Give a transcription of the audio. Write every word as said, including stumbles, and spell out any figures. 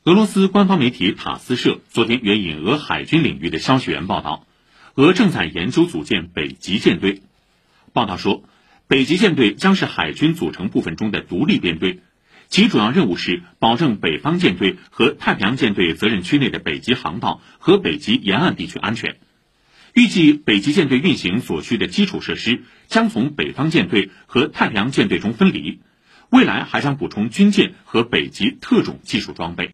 俄罗斯官方媒体塔斯社昨天援引俄海军领域的消息源报道，俄正在研究组建北极舰队。报道说，北极舰队将是海军组成部分中的独立编队，其主要任务是保证北方舰队和太平洋舰队责任区内的北极航道和北极沿岸地区安全。预计北极舰队运行所需的基础设施将从北方舰队和太平洋舰队中分离，未来还将补充军舰和北极特种技术装备。